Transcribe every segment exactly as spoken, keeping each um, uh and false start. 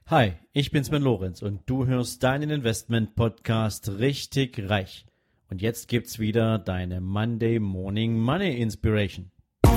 Hi, ich bin Sven Lorenz und du hörst deinen Investment-Podcast Richtig Reich. Und jetzt gibt's wieder deine Monday Morning Money Inspiration.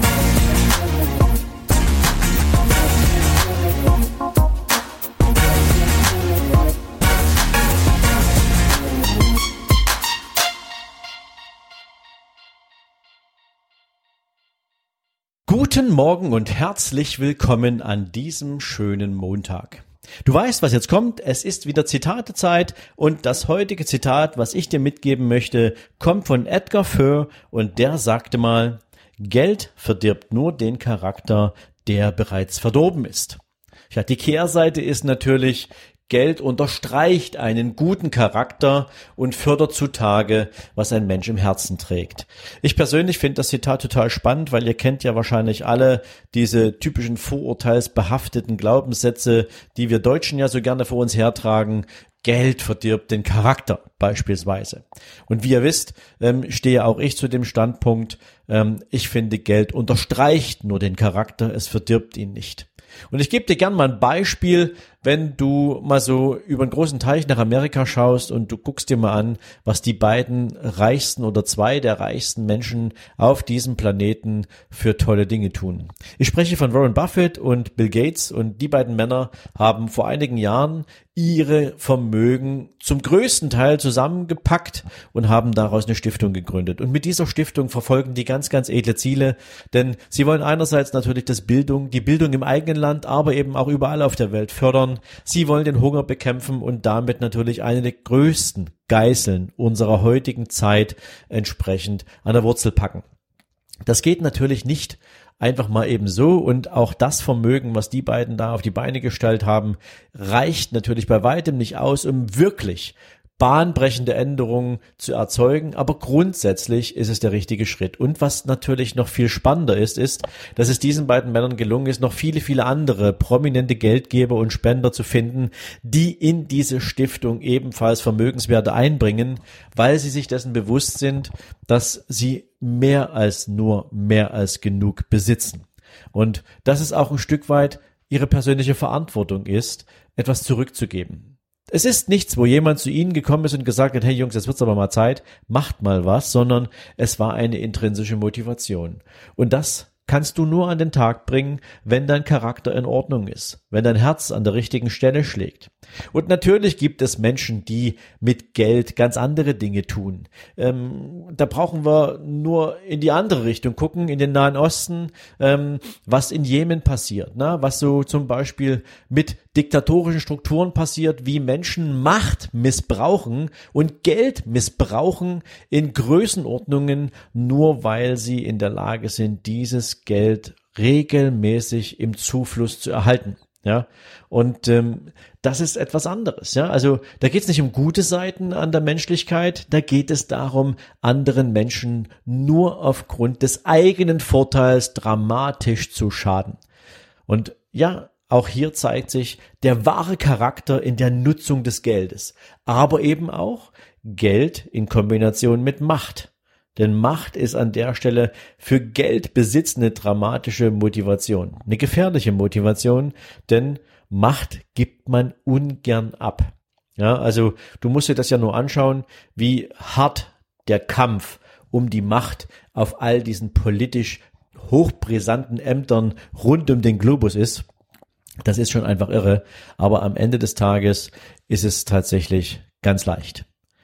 Guten Morgen und herzlich willkommen an diesem schönen Montag. Du weißt, was jetzt kommt. Es ist wieder Zitatezeit und das heutige Zitat, was ich dir mitgeben möchte, kommt von Edgar Foer und der sagte mal: Geld verdirbt nur den Charakter, der bereits verdorben ist. Ja, die Kehrseite ist natürlich: Geld unterstreicht einen guten Charakter und fördert zutage, was ein Mensch im Herzen trägt. Ich persönlich finde das Zitat total spannend, weil ihr kennt ja wahrscheinlich alle diese typischen vorurteilsbehafteten Glaubenssätze, die wir Deutschen ja so gerne vor uns hertragen. Geld verdirbt den Charakter beispielsweise. Und wie ihr wisst, ähm, stehe auch ich zu dem Standpunkt, ähm, ich finde, Geld unterstreicht nur den Charakter, es verdirbt ihn nicht. Und ich gebe dir gern mal ein Beispiel, wenn du mal so über einen großen Teich nach Amerika schaust und du guckst dir mal an, was die beiden reichsten oder zwei der reichsten Menschen auf diesem Planeten für tolle Dinge tun. Ich spreche von Warren Buffett und Bill Gates und die beiden Männer haben vor einigen Jahren ihre Vermögen zum größten Teil zusammengepackt und haben daraus eine Stiftung gegründet. Und mit dieser Stiftung verfolgen die ganz, ganz edle Ziele, denn sie wollen einerseits natürlich das Bildung, die Bildung im eigenen Land, aber eben auch überall auf der Welt fördern. Sie wollen den Hunger bekämpfen und damit natürlich eine der größten Geißeln unserer heutigen Zeit entsprechend an der Wurzel packen. Das geht natürlich nicht einfach mal eben so und auch das Vermögen, was die beiden da auf die Beine gestellt haben, reicht natürlich bei weitem nicht aus, um wirklich bahnbrechende Änderungen zu erzeugen, aber grundsätzlich ist es der richtige Schritt. Und was natürlich noch viel spannender ist, ist, dass es diesen beiden Männern gelungen ist, noch viele, viele andere prominente Geldgeber und Spender zu finden, die in diese Stiftung ebenfalls Vermögenswerte einbringen, weil sie sich dessen bewusst sind, dass sie mehr als nur mehr als genug besitzen. Und dass es auch ein Stück weit ihre persönliche Verantwortung ist, etwas zurückzugeben. Es ist nichts, wo jemand zu ihnen gekommen ist und gesagt hat, hey Jungs, jetzt wird's aber mal Zeit, macht mal was, sondern es war eine intrinsische Motivation. Und das kannst du nur an den Tag bringen, wenn dein Charakter in Ordnung ist, wenn dein Herz an der richtigen Stelle schlägt. Und natürlich gibt es Menschen, die mit Geld ganz andere Dinge tun. Ähm, da brauchen wir nur in die andere Richtung gucken, in den Nahen Osten, ähm, was in Jemen passiert, ne? Was so zum Beispiel mit diktatorischen Strukturen passiert, wie Menschen Macht missbrauchen und Geld missbrauchen in Größenordnungen, nur weil sie in der Lage sind, dieses Geld regelmäßig im Zufluss zu erhalten. Ja, und ähm, das ist etwas anderes. Ja, also da geht es nicht um gute Seiten an der Menschlichkeit, da geht es darum, anderen Menschen nur aufgrund des eigenen Vorteils dramatisch zu schaden. Und ja, auch hier zeigt sich der wahre Charakter in der Nutzung des Geldes, aber eben auch Geld in Kombination mit Macht. Denn Macht ist an der Stelle für Geldbesitz eine dramatische Motivation, eine gefährliche Motivation, denn Macht gibt man ungern ab. Ja, also du musst dir das ja nur anschauen, wie hart der Kampf um die Macht auf all diesen politisch hochbrisanten Ämtern rund um den Globus ist. Das ist schon einfach irre, aber am Ende des Tages ist es tatsächlich ganz leicht.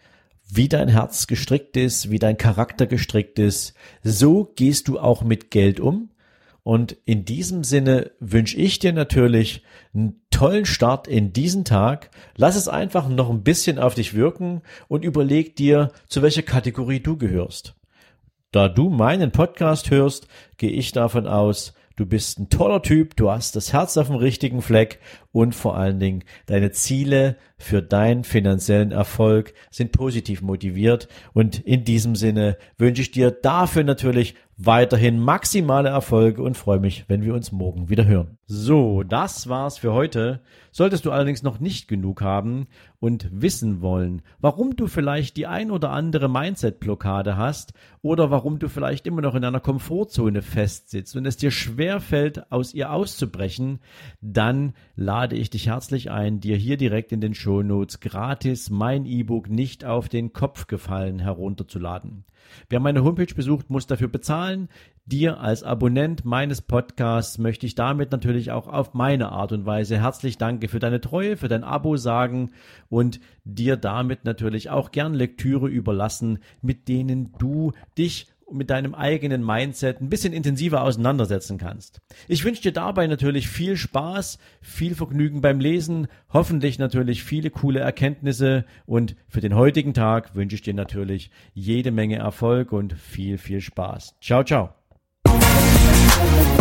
Wie dein Herz gestrickt ist, wie dein Charakter gestrickt ist, so gehst du auch mit Geld um. Und in diesem Sinne wünsche ich dir natürlich einen tollen Start in diesen Tag. Lass es einfach noch ein bisschen auf dich wirken und überleg dir, zu welcher Kategorie du gehörst. Da du meinen Podcast hörst, gehe ich davon aus, du bist ein toller Typ, du hast das Herz auf dem richtigen Fleck und vor allen Dingen deine Ziele für deinen finanziellen Erfolg sind positiv motiviert. Und in diesem Sinne wünsche ich dir dafür natürlich weiterhin maximale Erfolge und freue mich, wenn wir uns morgen wieder hören. So, das war's für heute. Solltest du allerdings noch nicht genug haben und wissen wollen, warum du vielleicht die ein oder andere Mindset-Blockade hast oder warum du vielleicht immer noch in einer Komfortzone festsitzt und es dir schwerfällt, aus ihr auszubrechen, dann lade ich dich herzlich ein, dir hier direkt in den Shownotes gratis mein E-Book Nicht auf den Kopf gefallen herunterzuladen. Wer meine Homepage besucht, muss dafür bezahlen. Dir als Abonnent meines Podcasts möchte ich damit natürlich auch auf meine Art und Weise herzlich danke für deine Treue, für dein Abo sagen und dir damit natürlich auch gern Lektüre überlassen, mit denen du dich mit deinem eigenen Mindset ein bisschen intensiver auseinandersetzen kannst. Ich wünsche dir dabei natürlich viel Spaß, viel Vergnügen beim Lesen, hoffentlich natürlich viele coole Erkenntnisse und für den heutigen Tag wünsche ich dir natürlich jede Menge Erfolg und viel, viel Spaß. Ciao, ciao.